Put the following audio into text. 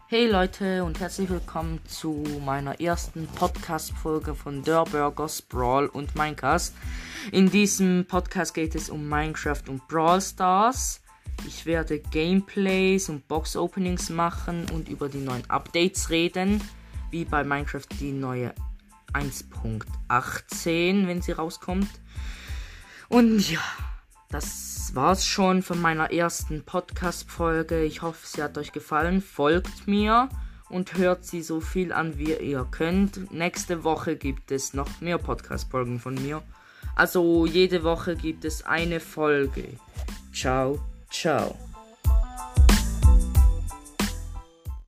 Hey Leute und herzlich willkommen zu meiner ersten Podcast-Folge von Der Burgers, Brawl und Minecast. In diesem Podcast geht es um Minecraft und Brawl Stars. Ich werde Gameplays und Box-Openings machen und über die neuen Updates reden, wie bei Minecraft die neue 1.18, wenn sie rauskommt. Und ja, das war's schon von meiner ersten Podcast-Folge. Ich hoffe, sie hat euch gefallen. Folgt mir und hört sie so viel an, wie ihr könnt. Nächste Woche gibt es noch mehr Podcast-Folgen von mir. Also jede Woche gibt es eine Folge. Ciao, ciao.